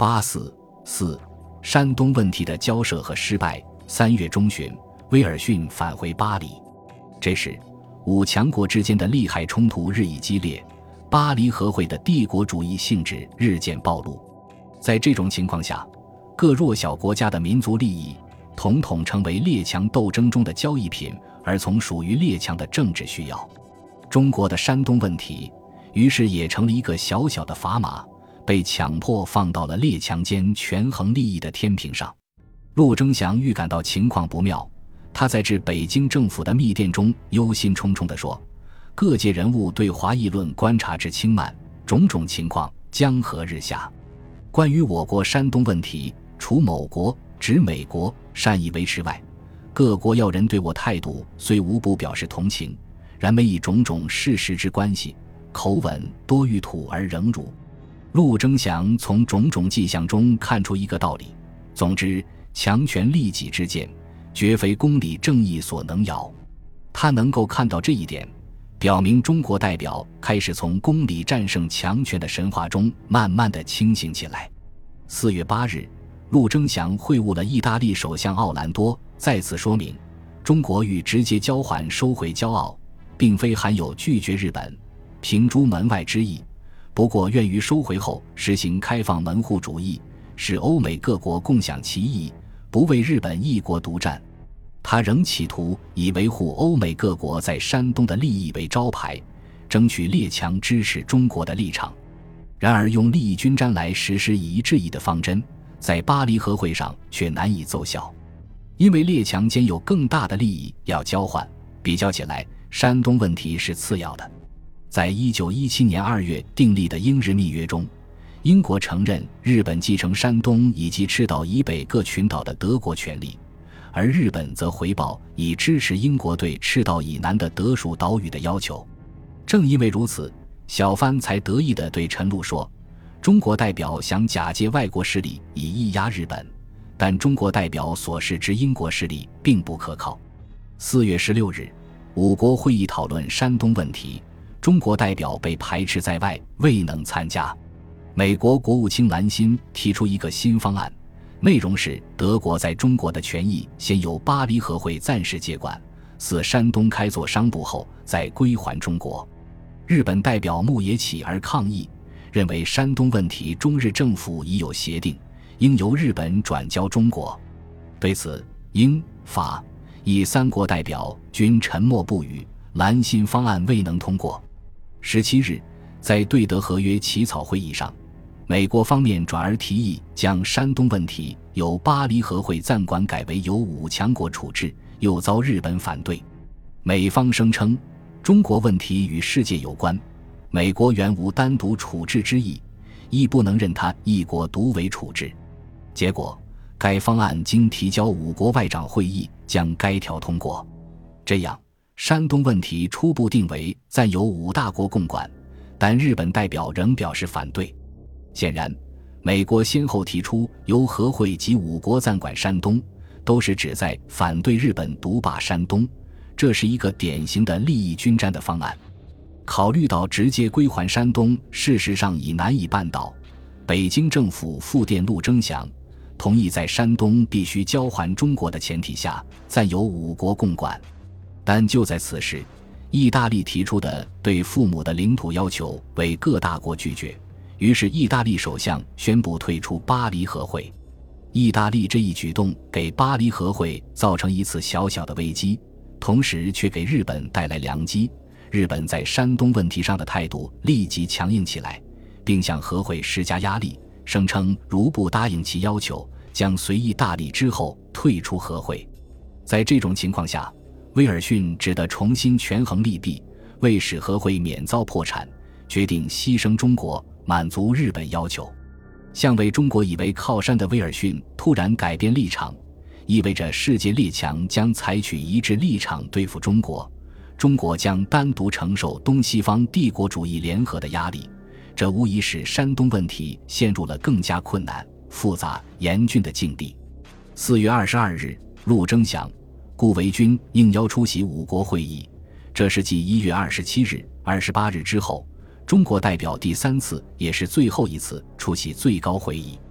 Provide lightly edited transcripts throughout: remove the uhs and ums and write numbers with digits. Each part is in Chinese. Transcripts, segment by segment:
4山东问题的交涉和失败。3月中旬，威尔逊返回巴黎。这时，五强国之间的利害冲突日益激烈，巴黎和会的帝国主义性质日渐暴露。在这种情况下，各弱小国家的民族利益统统成为列强斗争中的交易品，而从属于列强的政治需要。中国的山东问题于是也成了一个小小的砝码，被强迫放到了列强间权衡利益的天平上。陆征祥预感到情况不妙，他在致北京政府的密电中忧心忡忡地说，各界人物对华议论观察之轻慢，种种情况江河日下。关于我国山东问题，除某国指美国善意维持外，各国要人对我态度虽无不表示同情，然没以种种事实之关系，口吻多欲吐而仍辱。陆征祥从种种迹象中看出一个道理，总之强权利己之见绝非公理正义所能摇。他能够看到这一点，表明中国代表开始从公理战胜强权的神话中慢慢地清醒起来。4月8日，陆征祥会晤了意大利首相奥兰多，再次说明中国欲直接交还收回骄傲，并非含有拒绝日本平诸门外之意，不过愿于收回后实行开放门户主义，使欧美各国共享其益，不为日本一国独占。他仍企图以维护欧美各国在山东的利益为招牌，争取列强支持中国的立场。然而用利益均沾来实施以一制夷的方针，在巴黎和会上却难以奏效，因为列强间有更大的利益要交换，比较起来山东问题是次要的。在1917年2月订立的英日密约中，英国承认日本继承山东以及赤道以北各群岛的德国权利，而日本则回报以支持英国对赤道以南的德属岛屿的要求。正因为如此，小帆才得意地对陈露说，中国代表想假借外国势力以抑压日本，但中国代表所示之英国势力并不可靠。4月16日，五国会议讨论山东问题，中国代表被排斥在外，未能参加。美国国务卿兰辛提出一个新方案，内容是德国在中国的权益先由巴黎和会暂时接管，自山东开作商部后再归还中国。日本代表木野起而抗议，认为山东问题中日政府已有协定，应由日本转交中国。对此，英、法、意三国代表均沉默不语，兰辛方案未能通过。17日，在对德合约起草会议上，美国方面转而提议将山东问题由巴黎和会暂管改为由五强国处置，又遭日本反对。美方声称中国问题与世界有关，美国原无单独处置之意，亦不能任他一国独为处置。结果该方案经提交五国外长会议，将该条通过。这样山东问题初步定为暂由五大国共管，但日本代表仍表示反对。显然美国先后提出由和会及五国暂管山东，都是旨在反对日本独霸山东，这是一个典型的利益均沾的方案。考虑到直接归还山东事实上已难以办到，北京政府复电陆征祥，同意在山东必须交还中国的前提下暂由五国共管。但就在此时，意大利提出的对父母的领土要求为各大国拒绝，于是意大利首相宣布退出巴黎和会。意大利这一举动给巴黎和会造成一次小小的危机，同时却给日本带来良机。日本在山东问题上的态度立即强硬起来，并向和会施加压力，声称如不答应其要求，将随意大利之后退出和会。在这种情况下，威尔逊只得重新权衡利弊，为使和会免遭破产，决定牺牲中国，满足日本要求。向为中国以为靠山的威尔逊突然改变立场，意味着世界列强将采取一致立场对付中国，中国将单独承受东西方帝国主义联合的压力，这无疑使山东问题陷入了更加困难、复杂、严峻的境地。4月22日，陆征祥、顾维钧应邀出席五国会议，这是继1月27日、28日之后，中国代表第三次也是最后一次出席最高会议。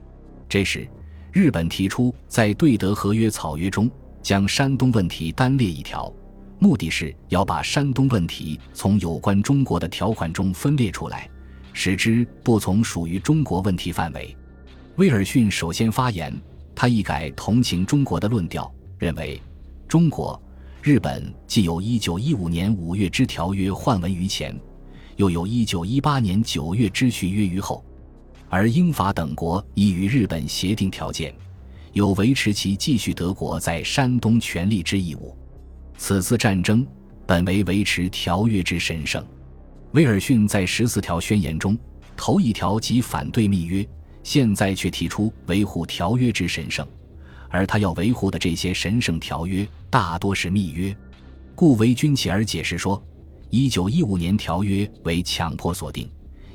这时，日本提出在对德合约草约中将山东问题单列一条，目的是要把山东问题从有关中国的条款中分裂出来，使之不从属于中国问题范围。威尔逊首先发言，他一改同情中国的论调，认为中国、日本既有1915年5月之条约换文于前，又有1918年9月之续约于后，而英法等国已与日本协定条件，有维持其继续德国在山东权利之义务。此次战争本为维持条约之神圣。威尔逊在14条宣言中，头一条即反对密约，现在却提出维护条约之神圣，而他要维护的这些神圣条约大多是密约。顾维钧起而解释说，1915年条约为强迫所定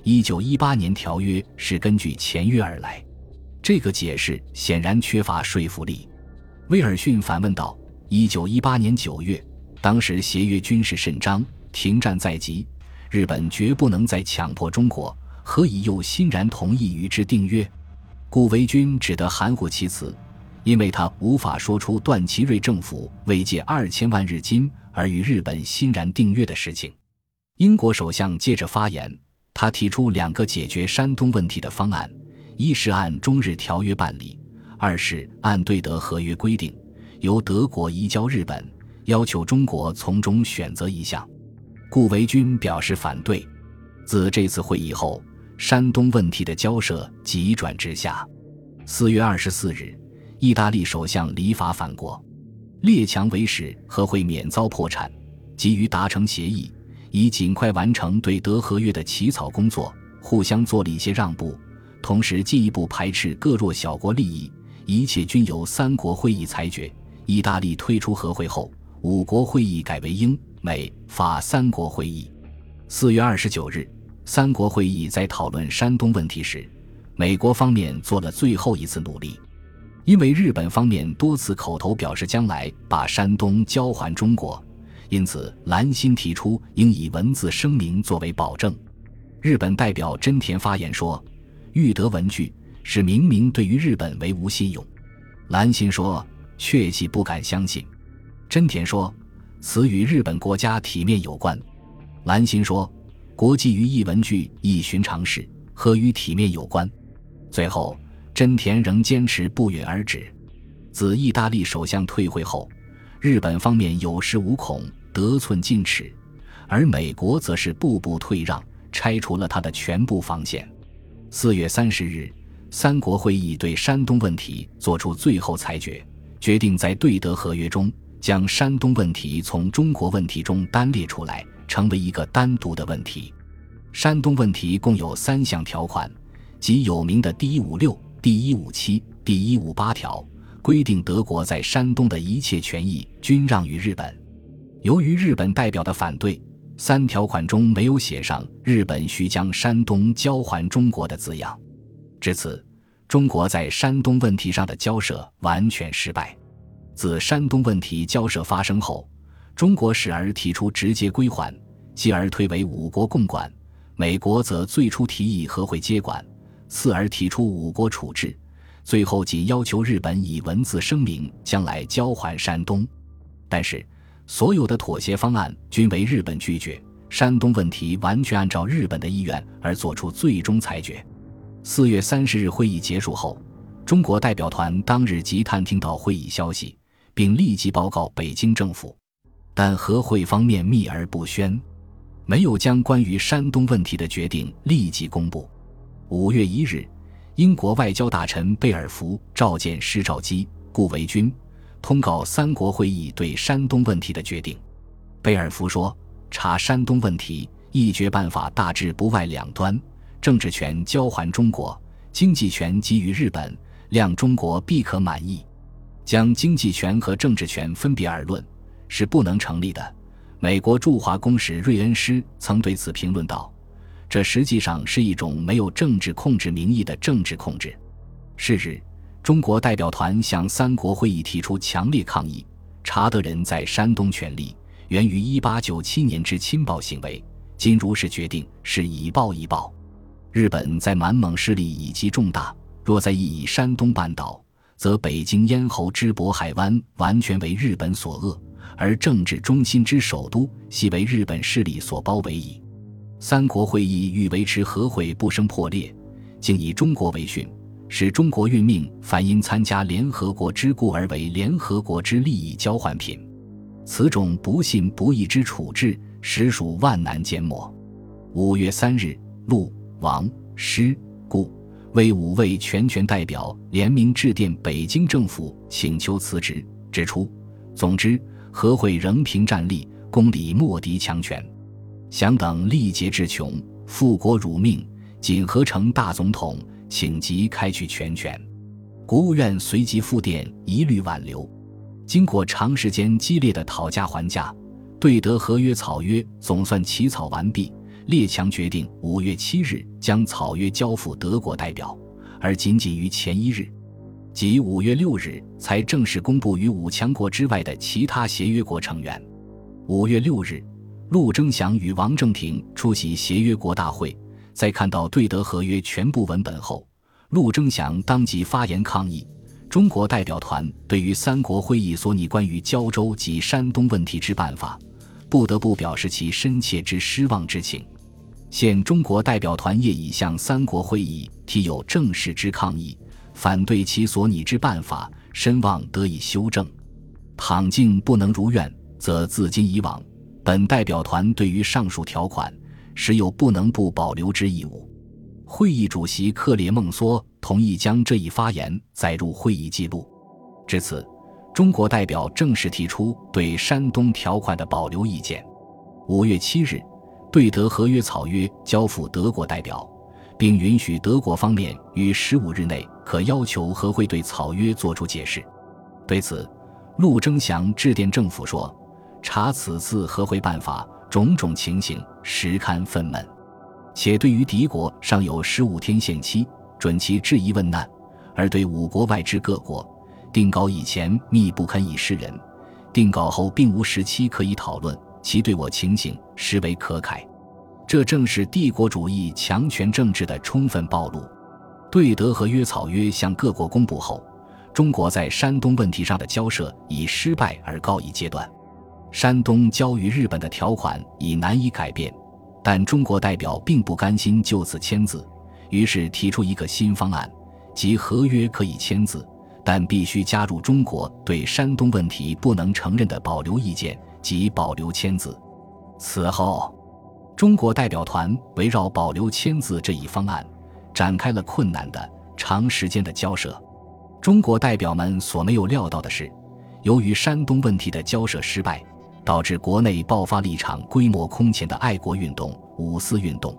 ，1918年条约是根据前约而来。这个解释显然缺乏说服力。威尔逊反问道，1918年9月，当时协约军事甚张，停战在即，日本绝不能再强迫中国，何以又欣然同意与之订约？顾维钧只得含糊其辞，因为他无法说出段祺瑞政府为借2000万日金而与日本欣然订约的事情。英国首相接着发言，他提出2个解决山东问题的方案，一是按中日条约办理，二是按对德合约规定，由德国移交日本，要求中国从中选择一项。顾维钧表示反对。自这次会议后，山东问题的交涉急转直下。4月24日，意大利首相理法返国，列强为使和会免遭破产，急于达成协议，以尽快完成对德合约的起草工作，互相做了一些让步，同时进一步排斥各弱小国利益，一切均由3国会议裁决。意大利退出和会后，5国会议改为英、美、法3国会议。4月29日，3国会议在讨论山东问题时，美国方面做了最后一次努力。因为日本方面多次口头表示将来把山东交还中国，因此兰心提出应以文字声明作为保证。日本代表真田发言说，欲得文具，是明明对于日本为无信用。兰心说，确系不敢相信。真田说，此与日本国家体面有关。兰心说，国际于议文具亦寻常事，何与体面有关？最后真田仍坚持不允而止。自意大利首相退会后，日本方面有恃无恐，得寸进尺，而美国则是步步退让，拆除了他的全部防线。4月30日，3国会议对山东问题作出最后裁决，决定在对德合约中将山东问题从中国问题中单列出来，成为一个单独的问题。山东问题共有3项条款，即有名的第156、第157、第158条，规定德国在山东的一切权益均让与日本。由于日本代表的反对，3条款中没有写上日本需将山东交还中国的字样。至此，中国在山东问题上的交涉完全失败。自山东问题交涉发生后，中国时而提出直接归还，继而推为5国共管，美国则最初提议和会接管，次而提出5国处置，最后仅要求日本以文字声明将来交还山东。但是所有的妥协方案均为日本拒绝，山东问题完全按照日本的意愿而做出最终裁决。4月30日会议结束后，中国代表团当日即探听到会议消息，并立即报告北京政府，但和会方面秘而不宣，没有将关于山东问题的决定立即公布。5月1日，英国外交大臣贝尔福召见施肇基、顾维钧，通告3国会议对山东问题的决定。贝尔福说，查山东问题议决办法大致不外2端，政治权交还中国，经济权给予日本，谅中国必可满意。将经济权和政治权分别而论是不能成立的。美国驻华公使瑞恩斯曾对此评论道，这实际上是一种没有政治控制名义的政治控制。是日，中国代表团向3国会议提出强烈抗议，查德人在山东权利源于1897年之亲报行为，今如是决定，是以暴易暴。日本在满蒙势力以及重大， 若再以山东半岛，则北京咽喉之渤海湾完全为日本所扼，而政治中心之首都系为日本势力所包围矣。三国会议欲维持和会不生破裂，竟以中国为训，使中国运命反因参加联合国之故而为联合国之利益交换品。此种不信不义之处置，实属万难缄默。5月3日，陆、王、师、顾、魏5位全权代表联名致电北京政府，请求辞职，指出：总之，和会仍凭战力，公理莫敌强权。想等力竭志穷，复国辱命，仅合成大总统，请即开取全权。国务院随即复电，一律挽留。经过长时间激烈的讨价还价，对德合约草约总算起草完毕。列强决定5月7日将草约交付德国代表，而仅仅于前一日，即5月6日才正式公布于5强国之外的其他协约国成员。5月6日，陆征祥与王正廷出席协约国大会，在看到对德合约全部文本后，陆征祥当即发言抗议中国代表团对于三国会议所拟关于胶州及山东问题之办法，不得不表示其深切之失望之情。现中国代表团业已向三国会议提有正式之抗议，反对其所拟之办法，深望得以修正。倘竟不能如愿，则自今以往，本代表团对于上述条款，实有不能不保留之义务。会议主席克列孟梭同意将这一发言载入会议记录。至此，中国代表正式提出对山东条款的保留意见。5月7日，对德合约草约交付德国代表，并允许德国方面于15日内可要求和会对草约作出解释。对此，陆征祥致电政府说：查此次和会办法种种情形，实堪愤懑，且对于敌国尚有15天限期，准其质疑问难，而对5国外之各国，定稿以前密不堪以示人，定稿后并无时期可以讨论，其对我情形实为可慨。这正是帝国主义强权政治的充分暴露。对德合约草约向各国公布后，中国在山东问题上的交涉以失败而告一阶段。山东交于日本的条款已难以改变，但中国代表并不甘心就此签字，于是提出一个新方案，即合约可以签字，但必须加入中国对山东问题不能承认的保留意见，即保留签字。此后，中国代表团围绕保留签字这一方案展开了困难的长时间的交涉。中国代表们所没有料到的是，由于山东问题的交涉失败，导致国内爆发了一场规模空前的爱国运动——五四运动。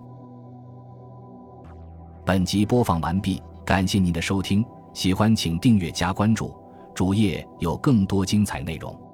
本集播放完毕，感谢您的收听，喜欢请订阅加关注，主页有更多精彩内容。